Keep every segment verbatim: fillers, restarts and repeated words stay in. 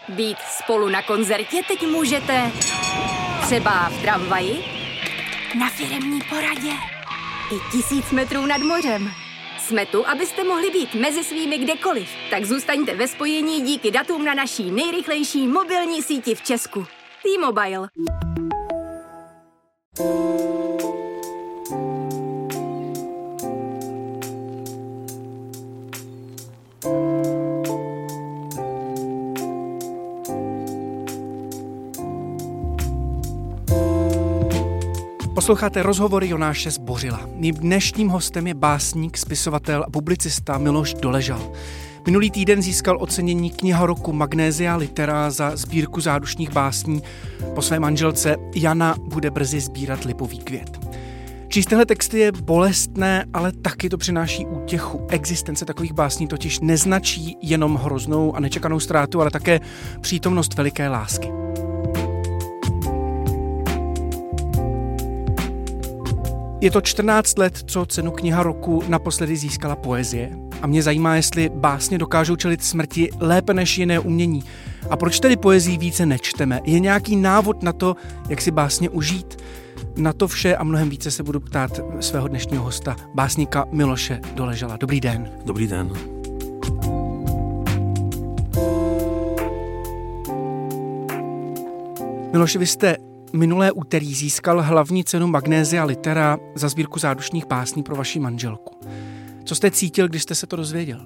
Být spolu na koncertě teď můžete třeba v tramvaji, na firemní poradě i tisíc metrů nad mořem. Jsme tu, abyste mohli být mezi svými kdekoliv. Tak zůstaňte ve spojení díky datům na naší nejrychlejší mobilní síti v Česku. T-Mobile. Posloucháte rozhovory Jonáše Zbořila. Mým dnešním hostem je básník, spisovatel a publicista Miloš Doležal. Minulý týden získal ocenění Kniha roku Magnésia Litera za sbírku zádušních básní. Po své manželce Jana bude brzy sbírat lipový květ. Číst tyhle texty je bolestné, ale taky to přináší útěchu. Existence takových básní totiž neznačí jenom hroznou a nečekanou ztrátu, ale také přítomnost veliké lásky. Je to čtrnáct let, co cenu Kniha roku naposledy získala poezie. A mě zajímá, jestli básně dokážou čelit smrti lépe než jiné umění. A proč tedy poezii více nečteme? Je nějaký návod na to, jak si básně užít? Na to vše a mnohem více se budu ptát svého dnešního hosta, básníka Miloše Doležala. Dobrý den. Dobrý den. Miloši, vy jste minulé úterý získal hlavní cenu Magnésia Litera za sbírku zádušních básní pro vaši manželku. Co jste cítil, když jste se to dozvěděl?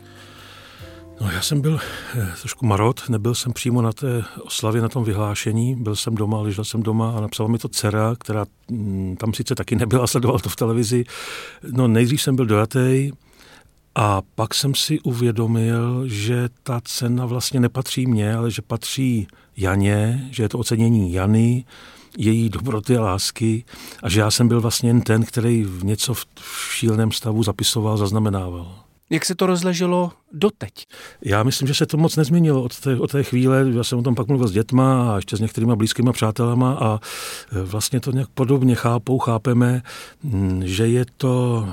No, já jsem byl trošku marot, nebyl jsem přímo na té oslavě, na tom vyhlášení, byl jsem doma, ležel jsem doma a napsala mi to dcera, která tam sice taky nebyla, sledovala to v televizi. No, nejdřív jsem byl dojatej a pak jsem si uvědomil, že ta cena vlastně nepatří mně, ale že patří Janě, že je to ocenění Jany, její dobroty a lásky a že já jsem byl vlastně jen ten, který v něco v šíleném stavu zapisoval, zaznamenával. Jak se to rozleželo doteď? Já myslím, že se to moc nezměnilo od té, od té chvíle. Já jsem o tom pak mluvil s dětma a ještě s některýma blízkýma přátelama a vlastně to nějak podobně chápou, chápeme, že je to,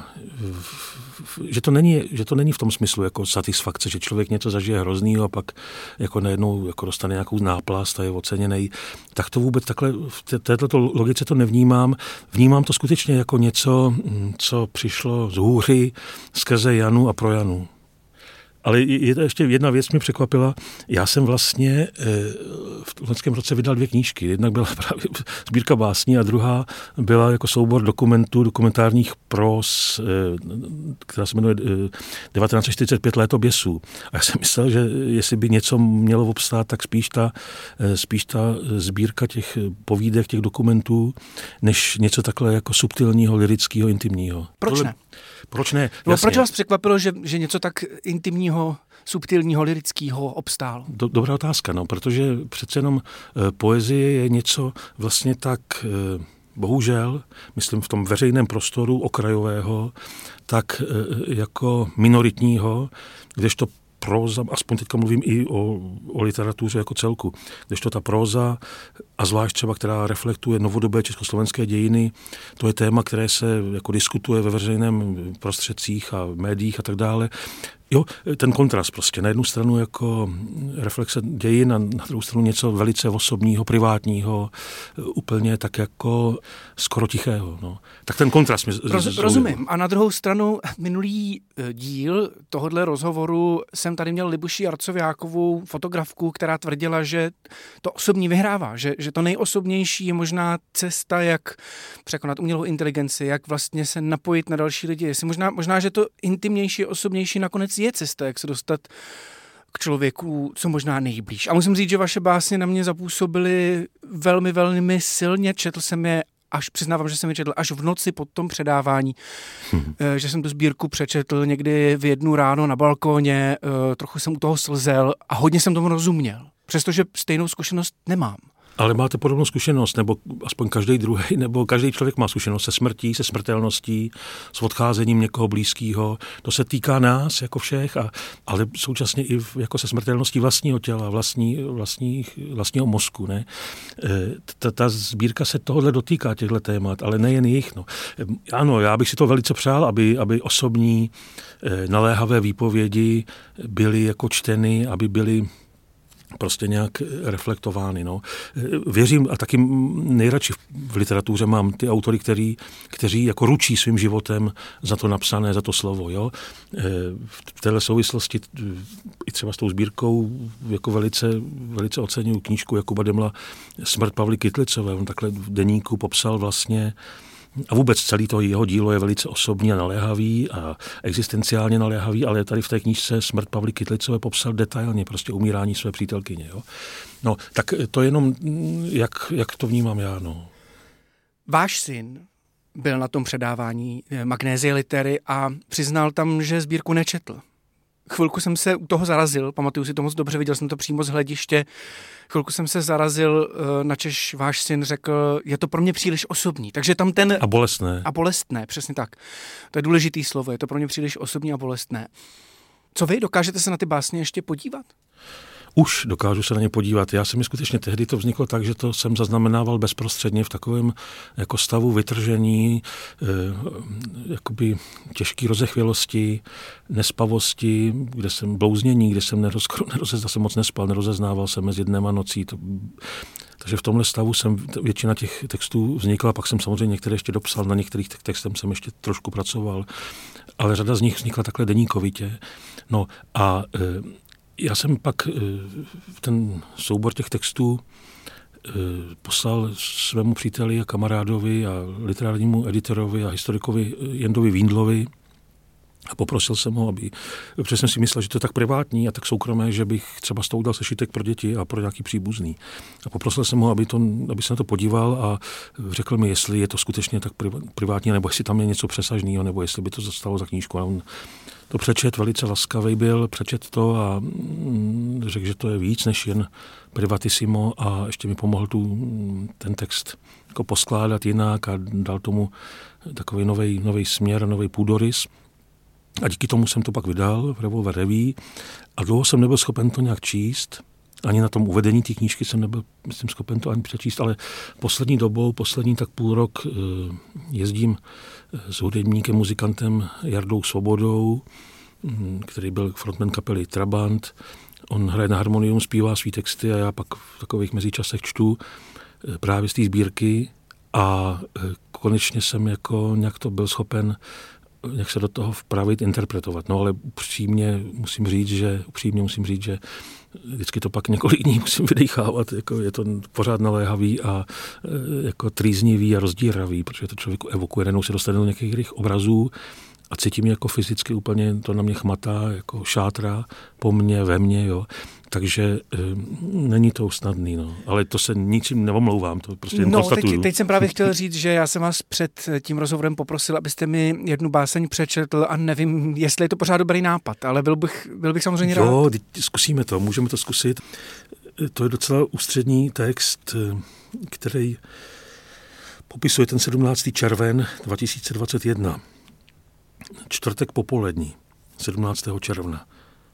že to není, že to není v tom smyslu jako satisfakce, že člověk něco zažije hroznýho a pak jako najednou jako dostane nějakou náplast a je oceněnej. Tak to vůbec takhle v této logice to nevnímám. Vnímám to skutečně jako něco, co přišlo z hůry skrze Janu a pro Janu. Ale je to ještě jedna věc, mě překvapila. Já jsem vlastně v loňském roce vydal dvě knížky. Jedna byla právě sbírka básní a druhá byla jako soubor dokumentů, dokumentárních pros, která se jmenuje devatenáct set čtyřicet pět Léto běsů. A já jsem myslel, že jestli by něco mělo obstát, tak spíš ta, spíš ta sbírka těch povídek, těch dokumentů, než něco takhle jako subtilního, lirického, intimního. Proč ne? Proč ne? No, proč vás překvapilo, že, že něco tak intimního, subtilního, lirického obstálo? Do, dobrá otázka, no, protože přece jenom e, poezie je něco vlastně tak, e, bohužel, myslím v tom veřejném prostoru okrajového, tak e, jako minoritního, kdežto próza, aspoň teďka mluvím i o, o literatuře jako celku, kdežto ta próza, a zvlášť třeba, která reflektuje novodobé československé dějiny, to je téma, které se jako diskutuje ve veřejném prostředcích a médiích a tak dále. Jo, ten kontrast prostě. Na jednu stranu jako reflexe dějin a na druhou stranu něco velice osobního, privátního, úplně tak jako skoro tichého. No. Tak ten kontrast mě Roz, Rozumím. A na druhou stranu minulý díl tohodle rozhovoru jsem tady měl Libuši Jarcoviákovou, fotografku, která tvrdila, že to osobní vyhrává, že, že to nejosobnější je možná cesta, jak překonat umělou inteligenci, jak vlastně se napojit na další lidi. Jestli možná, možná, že to intimnější, osobnější nakonec je cesta, jak se dostat k člověku, co možná nejblíž. A musím říct, že vaše básně na mě zapůsobily velmi, velmi silně. Četl jsem je až, přiznávám, že jsem je četl až v noci po tom předávání, hmm. že jsem tu sbírku přečetl někdy v jednu ráno na balkóně, trochu jsem u toho slzel a hodně jsem tomu rozuměl. Přestože stejnou zkušenost nemám. Ale máte podobnou zkušenost, nebo aspoň každý druhý, nebo každý člověk má zkušenost se smrtí, se smrtelností, s odcházením někoho blízkého. To se týká nás, jako všech, a, ale současně i jako se smrtelností vlastního těla, vlastní, vlastní, vlastního mozku. Ne? Ta, ta sbírka se tohohle dotýká, těchto témat, ale nejen jich. No. Ano, já bych si to velice přál, aby, aby osobní naléhavé výpovědi byly jako čteny, aby byly prostě nějak reflektovány. No. Věřím a taky nejradši v literatuře mám ty autory, který, kteří jako ručí svým životem za to napsané, za to slovo. Jo. V téhle souvislosti i třeba s tou sbírkou jako velice, velice oceňuji knížku Jakuba Demla Smrt Pavly Kytlicové. On takhle v deníku popsal vlastně a vůbec celý to jeho dílo je velice osobní a naléhavý a existenciálně naléhavý, ale tady v té knížce Smrt Pavly Kytlicové popsal detailně prostě umírání své přítelkyně. Jo? No, tak to jenom, jak, jak to vnímám já. No. Váš syn byl na tom předávání Magnézie litery a přiznal tam, že sbírku nečetl. Chvilku jsem se u toho zarazil, pamatuju si to moc dobře, viděl jsem to přímo z hlediště. Chvilku jsem se zarazil, načež váš syn řekl, je to pro mě příliš osobní. Takže tam ten... A bolestné. A bolestné, přesně tak. To je důležitý slovo, je to pro mě příliš osobní a bolestné. Co vy, dokážete se na ty básně ještě podívat? Už dokážu se na ně podívat. Já jsem mi skutečně tehdy to vzniklo tak, že to jsem zaznamenával bezprostředně v takovém jako stavu vytržení, eh, jakoby těžké rozechvělosti, nespavosti, kde jsem blouznění, kde jsem neroz, nerozeznal, jsem moc nespal, nerozeznával jsem mezi dnem a nocí. To, takže v tomhle stavu jsem většina těch textů vznikla, pak jsem samozřejmě některé ještě dopsal, na některých textech jsem ještě trošku pracoval, ale řada z nich vznikla takhle deníkovitě. No a eh, já jsem pak ten soubor těch textů poslal svému příteli a kamarádovi a literárnímu editorovi a historikovi Jendovi Víndlovi a poprosil jsem ho, aby, protože jsem si myslel, že to je tak privátní a tak soukromé, že bych třeba z toho udělal sešitek pro děti a pro nějaký příbuzný. A poprosil jsem ho, aby, to, aby se na to podíval a řekl mi, jestli je to skutečně tak privátní, nebo jestli tam je něco přesažného, nebo jestli by to zastalo za knížku. A on to přečet, velice laskavý byl, přečet to a řekl, že to je víc než jen privatissimo a ještě mi pomohl tu, ten text jako poskládat jinak a dal tomu takový nový směr, nový půdorys. A díky tomu jsem to pak vydal v Revolver Revue a dlouho jsem nebyl schopen to nějak číst. Ani na tom uvedení té knížky jsem nebyl, myslím, schopen to ani přečíst, ale poslední dobou, poslední tak půl rok jezdím s hudebníkem, muzikantem Jardou Svobodou, který byl frontman kapely Trabant. On hraje na harmonium, zpívá svý texty a já pak v takových mezičasech čtu právě z té sbírky a konečně jsem jako nějak to byl schopen jak se do toho vpravit, interpretovat. No ale upřímně musím říct, že upřímně musím říct, že vždycky to pak několik dní musím vydechávat, jako je to pořád naléhavý a jako trýznivý a rozdíravý, protože to člověk evokuje, jenom se dostane do některých obrazů a cítím jako fyzicky úplně to na mě chmatá, jako šátra po mně, ve mně, jo. Takže e, není to snadný, no. Ale to se ničím neomlouvám, to prostě jen no, konstatuju. Teď, teď jsem právě chtěl říct, že já jsem vás před tím rozhovorem poprosil, abyste mi jednu báseň přečetl a nevím, jestli je to pořád dobrý nápad, ale byl bych, byl bych samozřejmě rád. Jo, zkusíme to, můžeme to zkusit. To je docela ústřední text, který popisuje ten sedmnáctého červen dva tisíce dvacet jedna. Čtvrtek popolední, sedmnáctého června.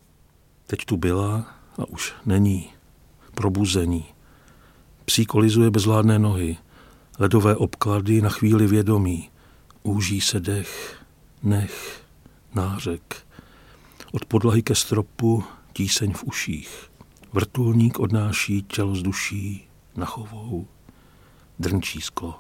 Teď tu byla a už není. Probuzení. Psí kolizuje bezvládné nohy. Ledové obklady na chvíli vědomí. Úží se dech, nech, nářek. Od podlahy ke stropu tíseň v uších. Vrtulník odnáší tělo z duší na chovou. Drnčí sklo.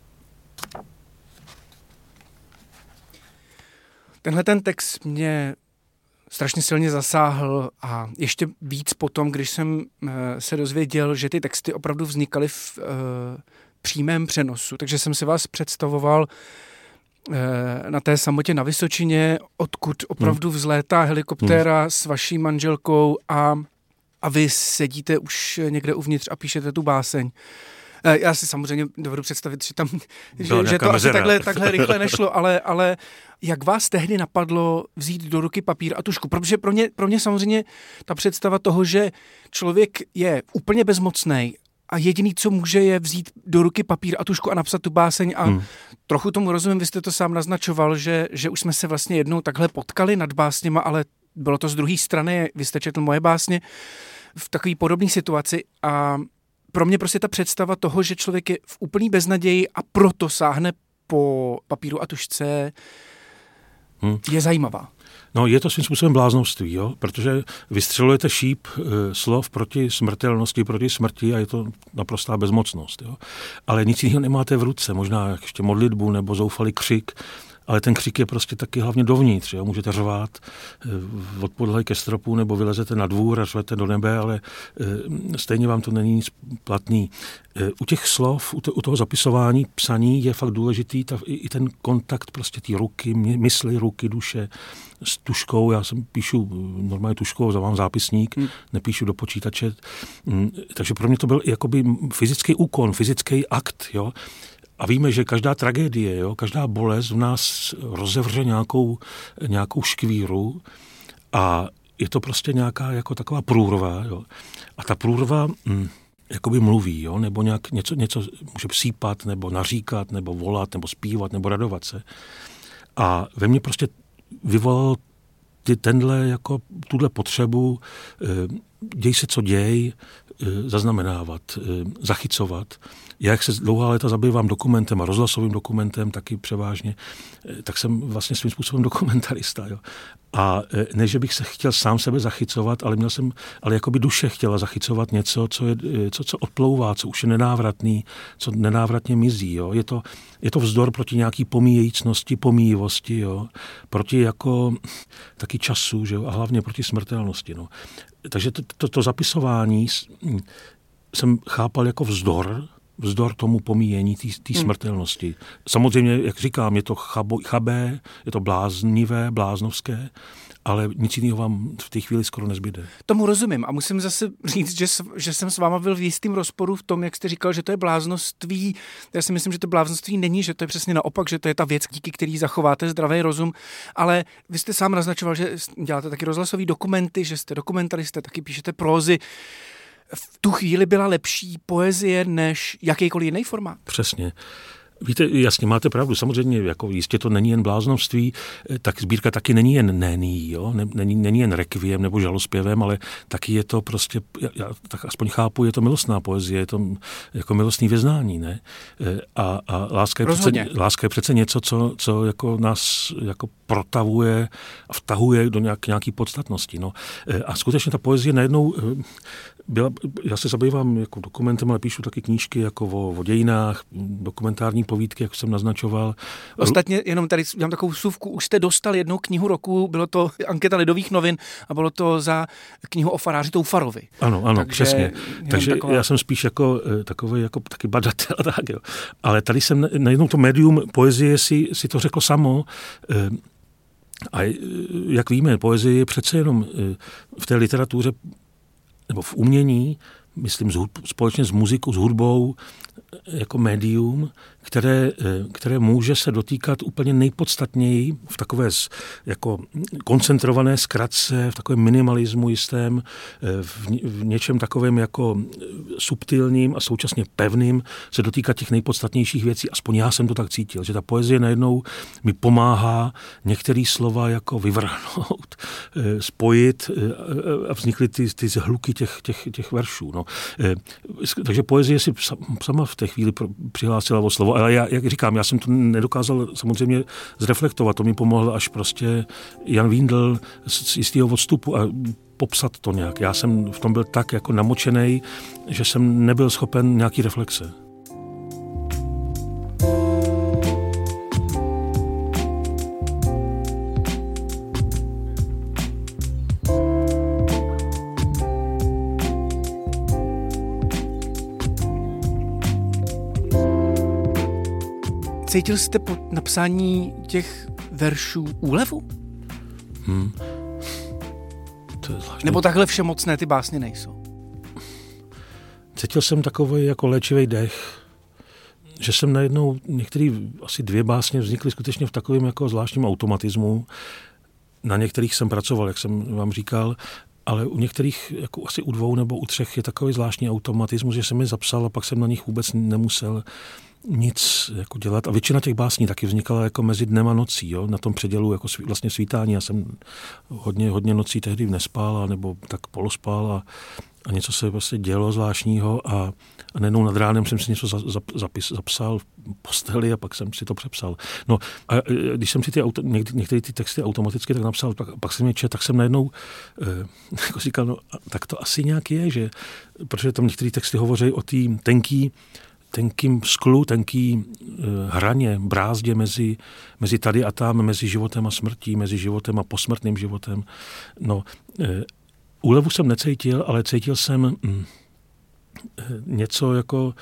Tenhle ten text mě strašně silně zasáhl a ještě víc potom, když jsem se dozvěděl, že ty texty opravdu vznikaly v uh, přímém přenosu. Takže jsem si vás představoval uh, na té samotě na Vysočině, odkud opravdu vzlétá helikoptéra hmm. s vaší manželkou a, a vy sedíte už někde uvnitř a píšete tu báseň. Já si samozřejmě dovedu představit, že tam, že, že to asi takhle, takhle rychle nešlo, ale, ale jak vás tehdy napadlo vzít do ruky papír a tužku? Protože pro mě, pro mě samozřejmě ta představa toho, že člověk je úplně bezmocnej a jediný, co může, je vzít do ruky papír a tužku a napsat tu báseň a hmm. trochu tomu rozumím, vy jste to sám naznačoval, že, že už jsme se vlastně jednou takhle potkali nad básněma, ale bylo to z druhé strany, vy jste četl moje básně v takové podobné situaci a pro mě prostě ta představa toho, že člověk je v úplný beznaději a proto sáhne po papíru a tužce, hmm. je zajímavá. No, je to svým způsobem bláznovství, jo? Protože vystřelujete šíp e, slov proti smrtelnosti, proti smrti a je to naprostá bezmocnost. Jo? Ale nic jiného nemáte v ruce, možná ještě modlitbu nebo zoufalý křik, ale ten křik je prostě taky hlavně dovnitř. Jo? Můžete řvát e, od podlahy ke stropu nebo vylezete na dvůr a řvete do nebe, ale e, stejně vám to není nic platný. E, u těch slov, u, to, u toho zapisování, psaní je fakt důležitý ta, i, i ten kontakt prostě té ruky, mysli, ruky, duše s tuškou. Já jsem píšu normálně tuškou, zavám zápisník, hmm. nepíšu do počítače. Takže pro mě to byl jakoby fyzický úkon, fyzický akt, jo. A víme, že každá tragédie, jo, každá bolest v nás rozevře nějakou, nějakou škvíru a je to prostě nějaká jako taková průrva. Jo. A ta průrva hm, jakoby mluví, jo, nebo nějak něco, něco může psípat, nebo naříkat, nebo volat, nebo zpívat, nebo radovat se. A ve mně prostě vyvolal ty, tenhle, jako tuhle potřebu děj se, co děj, zaznamenávat, zachycovat. Já, jak se dlouhá léta zabývám dokumentem a rozhlasovým dokumentem taky převážně, tak jsem vlastně svým způsobem dokumentarista. Jo. A ne, že bych se chtěl sám sebe zachycovat, ale měl jsem, ale jako by duše chtěla zachycovat něco, co, je, co, co odplouvá, co už je nenávratný, co nenávratně mizí. Jo. Je to, je to vzdor proti nějaký pomíjejícnosti, pomíjivosti, jo. Proti jako taky času, že jo, a hlavně proti smrtelnosti. No. Takže to, to, to zapisování jsem chápal jako vzdor, vzdor tomu pomíjení té smrtelnosti. Samozřejmě, jak říkám, je to chabo, chabé, je to bláznivé, bláznovské, ale nic jiného vám v té chvíli skoro nezbyde. Tomu rozumím a musím zase říct, že, že jsem s váma byl v jistým rozporu v tom, jak jste říkal, že to je bláznoství. Já si myslím, že to bláznoství není, že to je přesně naopak, že to je ta věc, díky který zachováte zdravý rozum, ale vy jste sám naznačoval, že děláte taky rozhlasové dokumenty, že jste dokumentarista, taky píšete prózy. V tu chvíli byla lepší poezie než jakýkoliv jiný formát? Přesně. Víte, jasně, máte pravdu, samozřejmě, jako jistě to není jen bláznovství, tak sbírka taky není jen néný, jo? Není, není jen rekviem nebo žalospěvem, ale taky je to prostě, já tak aspoň chápu, je to milostná poezie, je to jako milostný vyznání, ne? A, a láska, je přece, láska je přece něco, co, co jako nás jako protavuje a vtahuje do nějak, nějaký podstatnosti, no. A skutečně ta poezie najednou byla, já se zabývám jako dokumentem, ale píšu taky knížky jako o, o dějinách, dokumentární povídky, jak jsem naznačoval. Ostatně jenom tady mám takovou vsuvku, už jste dostal jednu knihu roku, bylo to anketa Lidových novin a bylo to za knihu o faráři Toufarovi. Ano, ano, takže, přesně. Takže taková... já jsem spíš jako takový jako taky badatel, tak jo. Ale tady jsem najednou to médium poezie si, si to řeklo samo. A jak víme, poezie je přece jenom v té literatuře nebo v umění, myslím společně s muzikou, s hudbou, jako médium, které, které může se dotýkat úplně nejpodstatněji v takové jako koncentrované zkratce, v takovém minimalismu jistém, v, v něčem takovém jako subtilním a současně pevným se dotýkat těch nejpodstatnějších věcí. Aspoň já jsem to tak cítil, že ta poezie najednou mi pomáhá některé slova jako vyvrhnout, spojit a vznikly ty, ty zhluky těch, těch, těch veršů. No. Takže poezie si sama v té chvíli přihlásila o slovo, ale já, jak říkám, já jsem to nedokázal samozřejmě zreflektovat, to mi pomohl až prostě Jan Víndl z jistého odstupu a popsat to nějak. Já jsem v tom byl tak jako namočenej, že jsem nebyl schopen nějaký reflexe. Cítil jste po napsání těch veršů úlevu? Hmm. To je zvláštní. Nebo takhle všemocné ty básně nejsou? Cítil jsem takový jako léčivý dech, že jsem najednou, některé asi dvě básně vznikly skutečně v takovém jako zvláštním automatismu. Na některých jsem pracoval, jak jsem vám říkal, ale u některých, jako asi u dvou nebo u třech, je takový zvláštní automatismus, že jsem je zapsal a pak jsem na nich vůbec nemusel nic jako dělat. A většina těch básní taky vznikala jako mezi dnem a nocí, jo? Na tom předělu jako svý, vlastně svítání. Já jsem hodně, hodně nocí tehdy nespál, nebo tak polospál a, a něco se vlastně dělo zvláštního a, a nejenom nad ránem jsem si něco za, za, zapis, zapsal v posteli a pak jsem si to přepsal. No a když jsem si ty auto, někdy, některé ty texty automaticky tak napsal, pak, pak jsem je čet, tak jsem najednou eh, jako říkal, no tak to asi nějak je, že, protože tam některé texty hovoří o té tenký tenkým sklu, tenký e, hraně, brázdě mezi, mezi tady a tam, mezi životem a smrtí, mezi životem a posmrtným životem. No, e, úlevu jsem necítil, ale cítil jsem mm, e, něco jako,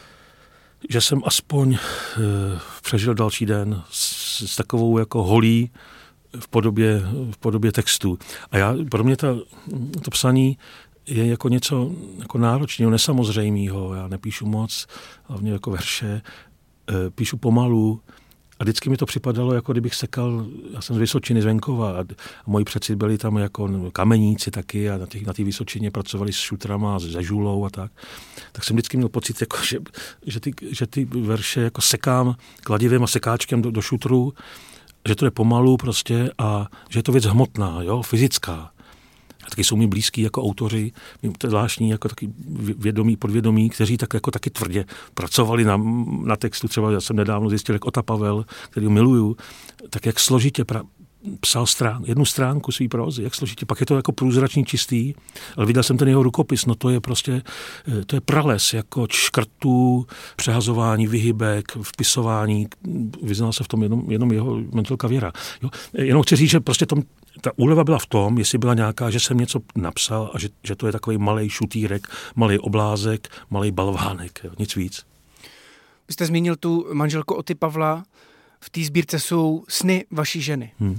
že jsem aspoň e, přežil další den s, s takovou jako holí v podobě, v podobě textu. A já, pro mě ta, to psaní je jako něco jako náročného, nesamozřejmého. Já nepíšu moc, hlavně jako verše, píšu pomalu a vždycky mi to připadalo, jako kdybych sekal, já jsem z Vysočiny, z venkova a moji předci byli tam jako kameníci taky a na té na Vysočině pracovali s šutrama, se žulou a tak. Tak jsem vždycky měl pocit, jako, že, že, ty, že ty verše jako sekám kladivem a sekáčkem do, do šutru, že to je pomalu prostě a že je to věc hmotná, jo, fyzická. A taky jsou mi blízký jako autoři, to je zvláštní, jako taky vědomí, podvědomí, kteří tak jako taky tvrdě pracovali na, na textu. Třeba já jsem nedávno zjistil, jak Ota Pavel, který ho miluju, tak jak složitě pra, psal strán, jednu stránku svý prózy, jak složitě. Pak je to jako průzračný, čistý, ale viděl jsem ten jeho rukopis, no to je prostě, to je prales, jako škrtů, přehazování, vyhybek, vpisování, vyznal se v tom jenom, jenom jeho manželka Věra. Jo? Jenom chci říct, že prostě tom, ta úleva byla v tom, jestli byla nějaká, že jsem něco napsal a že, že to je takový malej šutýrek, malej oblázek, malej balvánek, jo? Nic víc. Vy jste zmínil tu manželku Oty Pavla, v té sbírce jsou sny vaší ženy. Hmm.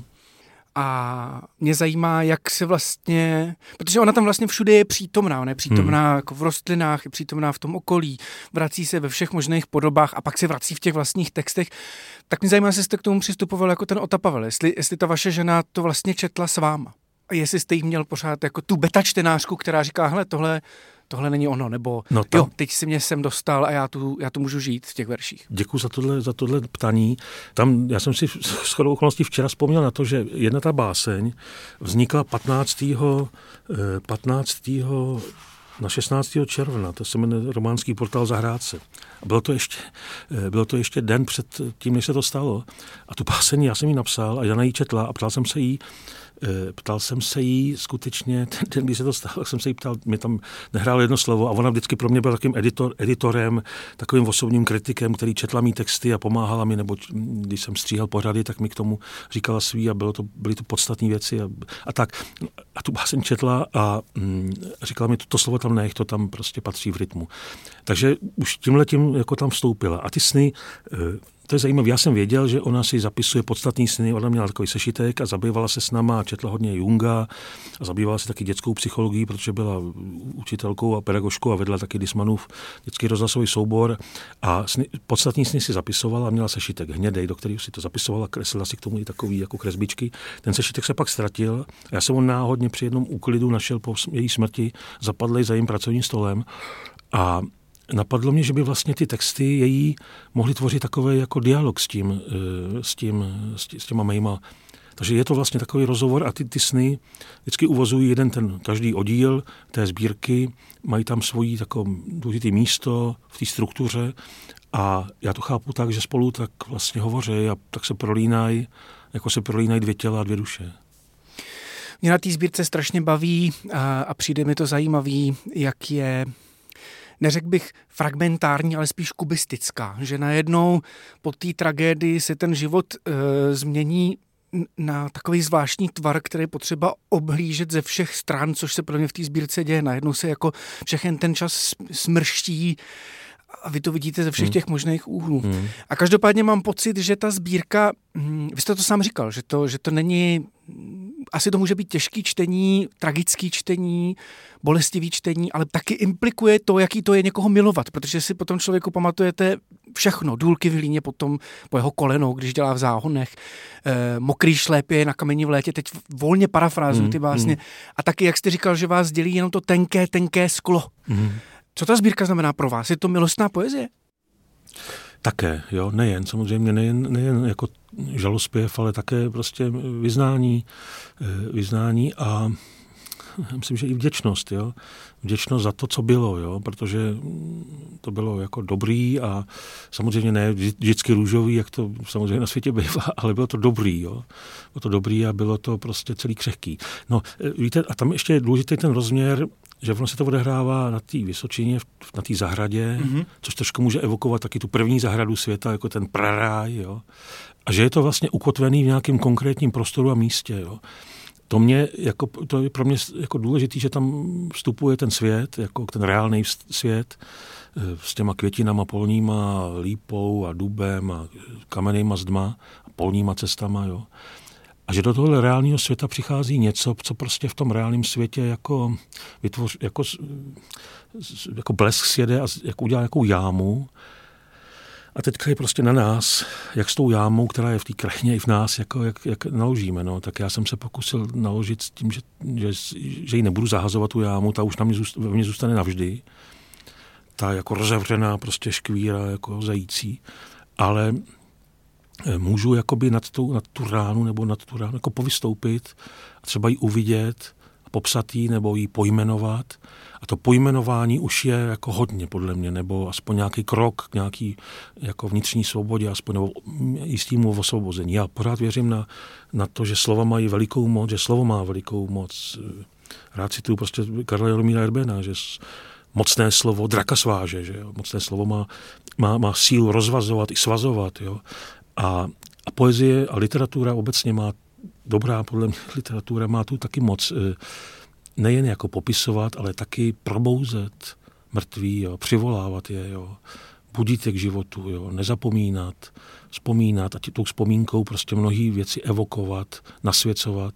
A mě zajímá, jak se vlastně, protože ona tam vlastně všude je přítomná, ona je přítomná hmm. jako v rostlinách, je přítomná v tom okolí, vrací se ve všech možných podobách a pak se vrací v těch vlastních textech. Tak mě zajímá, jestli jste k tomu přistupoval jako ten Ota Pavel, jestli, jestli ta vaše žena to vlastně četla s váma. A jestli jste jí měl pořád jako tu beta čtenářku, která říká, hele, tohle, tohle není ono, nebo no jo, teď si mě sem dostal a já tu, já tu můžu žít v těch verších. Děkuji za tohle, za tohle ptání. Tam, já jsem si shodou okolností včera vzpomněl na to, že jedna ta báseň vznikla patnáctého na šestnáctého června, to se jmenuje Románský portál Zahrádce. A bylo to ještě, bylo to ještě den před tím, než se to stalo. A tu báseň já jsem jí napsal a Jana ji četla a ptal jsem se jí, Ptal jsem se jí skutečně, ten den, když se to stalo, jsem se jí ptal, mi tam nehrálo jedno slovo a ona vždycky pro mě byla takovým editor, editorem, takovým osobním kritikem, který četla mý texty a pomáhala mi, nebo když jsem stříhal pořady, tak mi k tomu říkala svý a bylo to, byly to podstatné věci a, a tak. A tu báseň četla a mm, říkala mi, to slovo tam nech, to tam prostě patří v rytmu. Takže už tímhletím jako tam vstoupila. A ty sny, to je zajímavé, já jsem věděl, že ona si zapisuje podstatný sny, ona měla takový sešitek a zabývala se s náma a četla hodně Junga a zabývala se taky dětskou psychologií, protože byla učitelkou a pedagožkou a vedla taky Dismanův dětský rozhlasový soubor a sny, podstatný sny si zapisovala a měla sešitek hnědej, do kterého si to zapisovala, kreslila si k tomu i takový jako kresbičky. Ten sešitek se pak ztratil a já jsem ho náhodně při jednom úklidu našel po její smrti zapadlej za jejím pracovním stolem a napadlo mě, že by vlastně ty texty její mohly tvořit takový jako dialog s tím, s tím, s těma mýma. Takže je to vlastně takový rozhovor a ty, ty sny vždycky uvozují jeden ten každý oddíl té sbírky, mají tam svojí takové důležité místo v té struktuře a já to chápu tak, že spolu tak vlastně hovoří a tak se prolínají, jako se prolínají dvě těla a dvě duše. Mě na té sbírce strašně baví a, a přijde mi to zajímavý, jak je, neřekl bych fragmentární, ale spíš kubistická, že najednou po té tragédii se ten život e, změní na takový zvláštní tvar, který je potřeba obhlížet ze všech stran, což se pro mě v té sbírce děje. Najednou se jako všechen ten čas smrští a vy to vidíte ze všech těch možných úhlů. Hmm. A každopádně mám pocit, že ta sbírka, vy jste to sám říkal, že to, že to není, asi to může být těžký čtení, tragický čtení, bolestivý čtení, ale taky implikuje to, jaký to je někoho milovat, protože si potom člověku pamatujete všechno, důlky v hlíně potom po jeho kolenou, když dělá v záhonech, eh, mokrý šlép je na kameni v létě, teď volně parafrázuju ty básně. Hmm. A taky, jak jste říkal, že vás dělí jenom to tenké, tenké sklo. Hmm. Co ta sbírka znamená pro vás? Je to milostná poezie? Také, jo, nejen, samozřejmě nejen, nejen jako žalospěv, ale také prostě vyznání, vyznání a myslím, že i vděčnost, jo. Vděčnost za to, co bylo, jo, protože to bylo jako dobrý a samozřejmě ne vždycky růžový, jak to samozřejmě na světě bývá, ale bylo to dobrý, jo. Bylo to dobrý a bylo to prostě celý křehký. No, víte, a tam ještě je důležitý ten rozměr, že ono se to odehrává na té Vysočině, na té zahradě, mm-hmm. což trošku může evokovat taky tu první zahradu světa, jako ten praráj, jo. A že je to vlastně ukotvený v nějakém konkrétním prostoru a místě, jo. To, mě, jako, to je pro mě jako důležitý, že tam vstupuje ten svět, jako ten reálný svět s těma květinama polníma, lípou a dubem a kamennýma zdma a polníma cestama, jo. A že do tohohle reálného světa přichází něco, co prostě v tom reálném světě jako, vytvoř, jako, jako blesk sjede a jako udělá nějakou jámu. A teďka je prostě na nás, jak s tou jámou, která je v té krajině i v nás, jako, jak, jak naložíme. No. Tak já jsem se pokusil naložit s tím, že, že, že ji nebudu zahazovat tu jámu, ta už na mě, zůst, mě zůstane navždy. Ta jako rozevřená prostě škvíra, jako zající. Ale můžu jakoby nad tu, nad tu ránu nebo nad tu ránu jako povystoupit a třeba ji uvidět, popsat ji nebo ji pojmenovat. A to pojmenování už je jako hodně podle mě, nebo aspoň nějaký krok k nějaký jako vnitřní svobodě, aspoň nebo jistýmu osvobození. Já pořád věřím na, na to, že slova mají velikou moc, že slovo má velikou moc. Rád cituju prostě Karla Jaromíra Erbena, že mocné slovo draka sváže, že jo? Mocné slovo má, má, má sílu rozvazovat i svazovat, jo? A, a poezie a literatura obecně má, dobrá podle mě literatura má tu taky moc nejen jako popisovat, ale taky probouzet mrtví, jo, přivolávat je, jo, budit je k životu, jo, nezapomínat, vzpomínat a tou vzpomínkou prostě mnohé věci evokovat, nasvěcovat.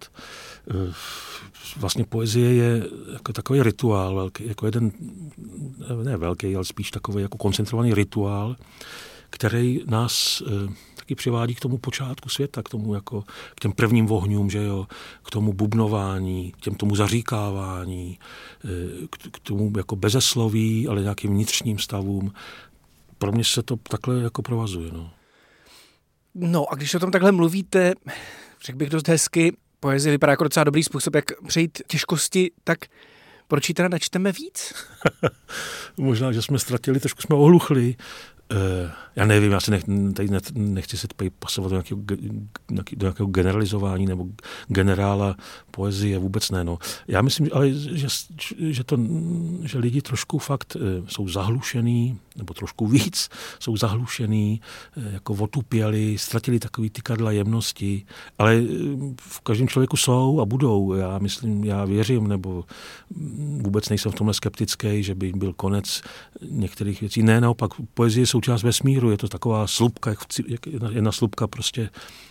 Vlastně poezie je jako takový rituál, velký, jako jeden, ne velký, ale spíš takový jako koncentrovaný rituál, který nás taky přivádí k tomu počátku světa, k tomu jako, k těm prvním vohňům, že jo, k tomu bubnování, k těm tomu zaříkávání, k, k tomu jako bezesloví, ale nějakým vnitřním stavům. Pro mě se to takhle jako provazuje, no. No a když o tom takhle mluvíte, řekl bych dost hezky, poezie vypadá jako docela dobrý způsob, jak přejít těžkosti, tak proč ji teda načteme víc? Možná, že jsme ztratili, trošku jsme ohluchli. Uh, já nevím, já se nech, tady ne, nechci se tady pasovat do nějakého, do nějakého generalizování nebo generála poezie, vůbec ne. No. Já myslím, ale že, že, to, že lidi trošku fakt uh, jsou zahlušený, nebo trošku víc jsou zahlušený, uh, jako otupěli, ztratili takový ty kadla jemnosti, ale uh, v každém člověku jsou a budou. Já myslím, já věřím, nebo vůbec nejsem v tomhle skeptický, že by byl konec některých věcí. Ne, naopak, poezie je součást vesmíru, je to taková slupka, jak, v, jak jedna slupka prostě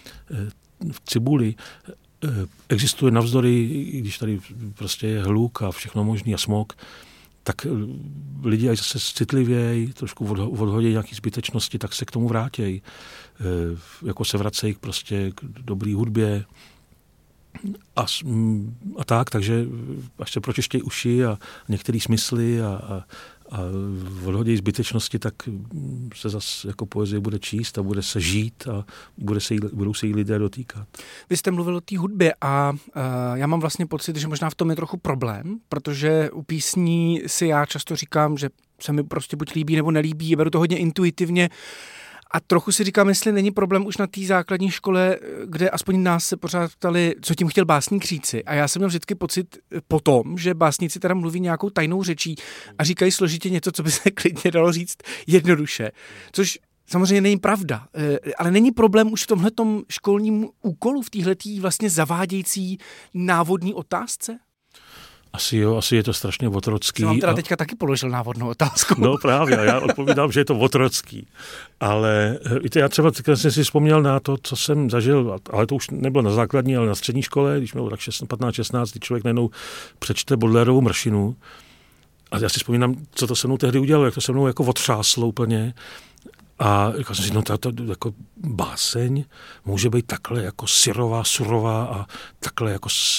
v cibuli. Existuje navzdory, když tady prostě je hluk a všechno možný a smog, tak lidi až se citlivějí, trošku odhodí nějaký zbytečnosti, tak se k tomu vrátějí. Jako se vracejí prostě k dobrý hudbě a, a tak, takže až se pročištějí uši a některé smysly a, a a odhodějí zbytečnosti, tak se zase jako poezie bude číst a bude se žít a bude se jí, budou se jí lidé dotýkat. Vy jste mluvil o té hudbě a uh, já mám vlastně pocit, že možná v tom je trochu problém, protože u písní si já často říkám, že se mi prostě buď líbí nebo nelíbí, beru to hodně intuitivně a trochu si říkám, jestli není problém už na té základní škole, kde aspoň nás se pořád ptali, co tím chtěl básník říci. A já jsem měl vždycky pocit potom, že básníci teda mluví nějakou tajnou řečí a říkají složitě něco, co by se klidně dalo říct jednoduše. Což samozřejmě není pravda, ale není problém už v tomhletom školním úkolu, v téhletý vlastně zavádějící návodní otázce? Asi jo, asi je to strašně otrocký. Jsem vám teda a... teďka taky položil návodnou otázku. No právě, já odpovídám, že je to otrocký. Ale víte, já třeba jsem si vzpomněl na to, co jsem zažil, ale to už nebylo na základní, ale na střední škole, když měl tak patnáct šestnáct, kdy člověk najednou přečte Baudelaireovu Mršinu. A já si vzpomínám, co to se mnou tehdy udělalo, jak to se mnou jako otřáslo úplně. A říkal jsem si, no tato jako báseň může být takhle jako syrová, surová a takhle jako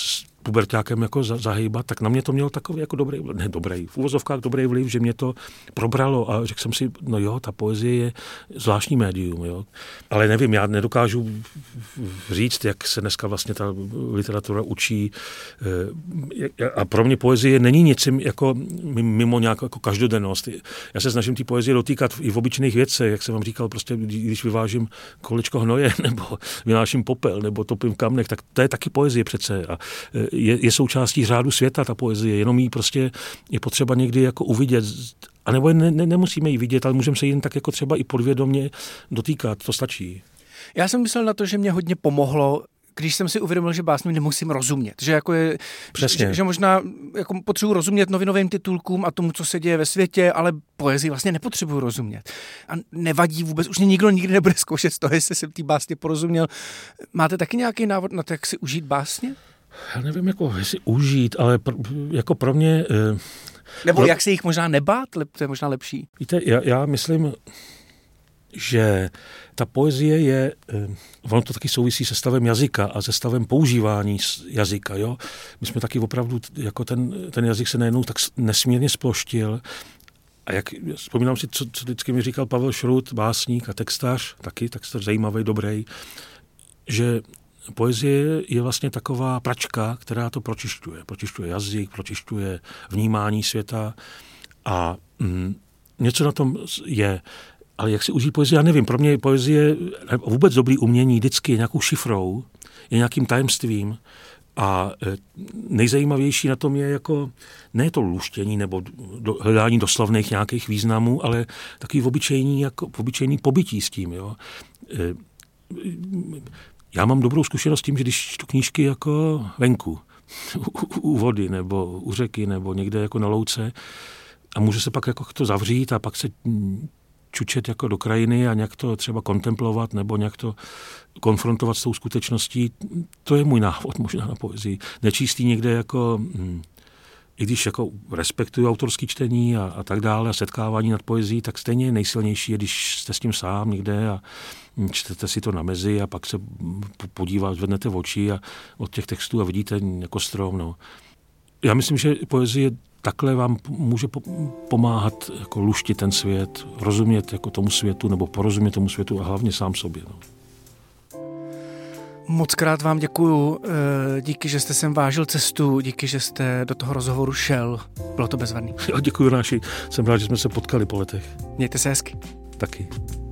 puberťákem jako zahejbat, tak na mě to mělo takový jako dobrý, ne dobrý, v uvozovkách dobrý vliv, že mě to probralo a řekl jsem si, no jo, ta poezie je zvláštní médium, jo. Ale nevím, já nedokážu říct, jak se dneska vlastně ta literatura učí a pro mě poezie není něčím jako mimo nějakou jako každodennost. Já se snažím té poezie dotýkat i v obyčejných věcech, jak jsem vám říkal, prostě když vyvážím kolečko hnoje nebo vynáším popel nebo topím v kamnech, tak to je taky poezie přece a je, je součástí řádu světa ta poezie, jenom jí prostě je potřeba někdy jako uvidět, a nebo ne, ne, nemusíme ji vidět, ale můžeme se jen tak jako třeba i podvědomě dotýkat, to stačí. Já jsem myslel na to, že mě hodně pomohlo, když jsem si uvědomil, že básně nemusím rozumět, že jako je, že, že možná jako potřebuji rozumět novinovým titulkům a tomu, co se děje ve světě, ale poezii vlastně nepotřebuji rozumět. A nevadí vůbec, už mě nikdo nikdy nebude zkoušet z toho, jestli jsem té básně porozuměl. Máte taky nějaký návod na to, jak si užít básně? Já nevím, jako jestli užít, ale pro, jako pro mě... Eh, Nebo pro... jak se jich možná nebát, to je možná lepší. Víte, já, já myslím, že ta poezie je, ono to taky souvisí se stavem jazyka a se stavem používání jazyka, jo. My jsme taky opravdu, jako ten, ten jazyk se najednou tak nesmírně sploštil. A jak vzpomínám si, co, co vždycky mi říkal Pavel Šrut, básník a textař, taky textař zajímavý, dobrý, že poezie je vlastně taková pračka, která to pročišťuje. Pročišťuje jazyk, pročišťuje vnímání světa a mm, něco na tom je. Ale jak si užít poezie, já nevím. Pro mě poezie, vůbec dobrý umění, vždycky je nějakou šifrou, je nějakým tajemstvím a nejzajímavější na tom je jako, ne to luštění nebo do, hledání doslovných nějakých významů, ale takový obyčejný, jako, obyčejný pobytí s tím, jo. Já mám dobrou zkušenost s tím, že když čtu knížky jako venku, u, u vody nebo u řeky nebo někde jako na louce a může se pak jako to zavřít a pak se čučet jako do krajiny a nějak to třeba kontemplovat nebo nějak to konfrontovat s tou skutečností, to je můj návod možná na poezii. Nečíst někde jako, i když jako respektuju autorský čtení a, a tak dále a setkávání nad poezií, tak stejně nejsilnější je, když jste s tím sám někde a čtete si to na mezi a pak se podíváte, zvednete oči a od těch textů a vidíte jako strom. No. Já myslím, že poezie takhle vám může pomáhat jako luštit ten svět, rozumět jako tomu světu nebo porozumět tomu světu a hlavně sám sobě. No. Moc krát vám děkuju, díky, že jste sem vážil cestu, díky, že jste do toho rozhovoru šel. Bylo to bezvadný. Já děkuju, Náši. Jsem rád, že jsme se potkali po letech. Mějte se hezky. Taky.